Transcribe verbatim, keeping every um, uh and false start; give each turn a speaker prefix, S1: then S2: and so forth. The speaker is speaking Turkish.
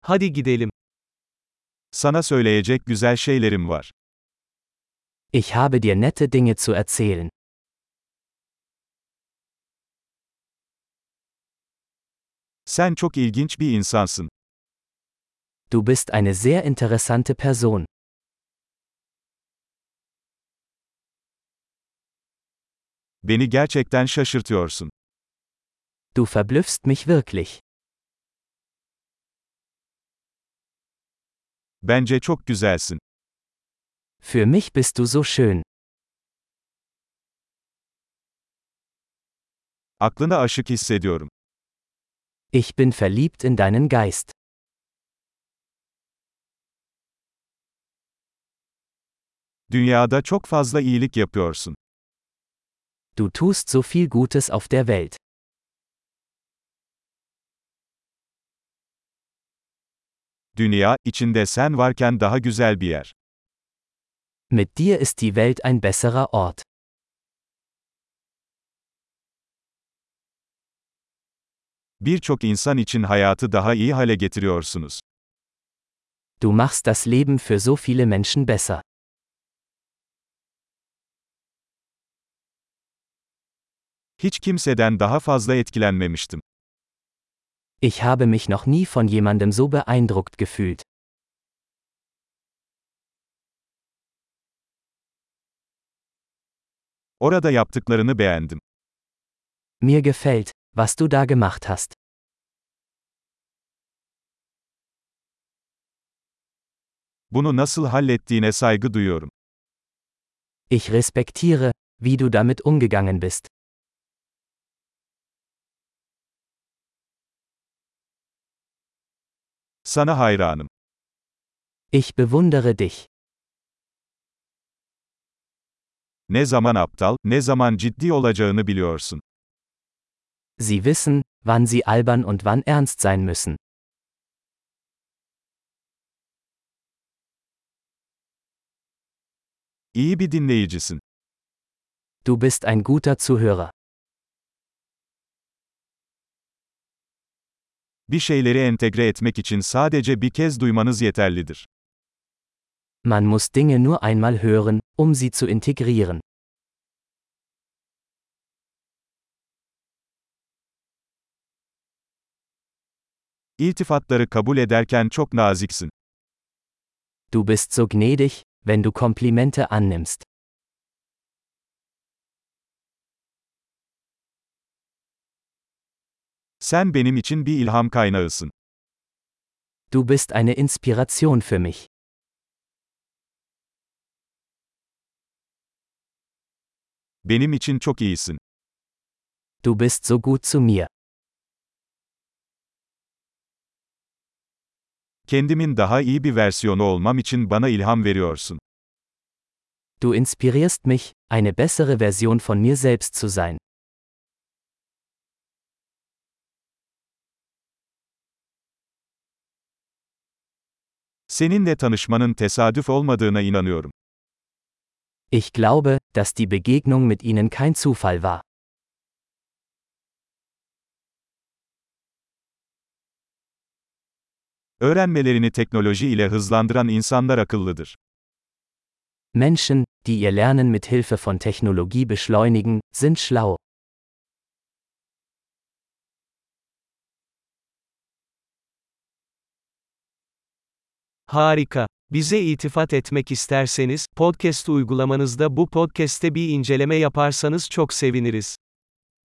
S1: Hadi gidelim.
S2: Sana söyleyecek güzel şeylerim var.
S3: Ich habe dir nette Dinge zu erzählen.
S2: Sen çok ilginç bir insansın.
S3: Du bist eine sehr interessante Person.
S2: Beni gerçekten şaşırtıyorsun.
S3: Du verblüffst mich wirklich.
S2: Bence çok güzelsin.
S3: Für mich bist du so schön.
S2: Aklına aşık hissediyorum.
S3: Ich bin verliebt in deinen Geist.
S2: Dünyada çok fazla iyilik yapıyorsun.
S3: Du tust so viel Gutes auf der Welt.
S2: Dünya, içinde sen varken daha güzel bir yer.
S3: Mit dir ist die Welt ein besserer Ort.
S2: Birçok insan için hayatı daha iyi hale getiriyorsunuz.
S3: Du machst das Leben für so viele Menschen besser.
S2: Hiç kimseden daha fazla etkilenmemiştim.
S3: Ich habe mich noch nie von jemandem so beeindruckt gefühlt.
S2: Orada yaptıklarını beğendim.
S3: Mir gefällt, was du da gemacht hast.
S2: Bunu nasıl hallettiğine saygı duyuyorum.
S3: Ich respektiere, wie du damit umgegangen bist.
S2: Sana hayranım.
S3: Ich bewundere dich.
S2: Ne zaman aptal, ne zaman ciddi olacağını biliyorsun.
S3: Sie wissen, wann sie albern und wann ernst sein müssen.
S2: İyi bir dinleyicisin.
S3: Du bist ein guter Zuhörer.
S2: Bir şeyleri entegre etmek için sadece bir kez duymanız yeterlidir.
S3: Man muss Dinge nur einmal hören, um sie zu integrieren.
S2: İltifatları kabul ederken çok naziksin.
S3: Du bist so gnädig, wenn du Komplimente annimmst.
S2: Sen benim için bir ilham kaynağısın.
S3: Du bist eine Inspiration für mich.
S2: Benim için çok iyisin.
S3: Du bist so gut zu mir.
S2: Kendimin daha iyi bir versiyonu olmam için bana ilham veriyorsun.
S3: Du inspirierst mich, eine bessere Version von mir selbst zu sein.
S2: Seninle tanışmanın tesadüf olmadığına inanıyorum.
S3: Ich glaube, dass die Begegnung mit ihnen kein Zufall war.
S2: Öğrenmelerini teknoloji ile hızlandıran insanlar akıllıdır.
S3: Menschen, die ihr Lernen mit Hilfe von Technologie beschleunigen, sind schlau.
S1: Harika. Bize iltifat etmek isterseniz, podcast uygulamanızda bu podcast'te bir inceleme yaparsanız çok seviniriz.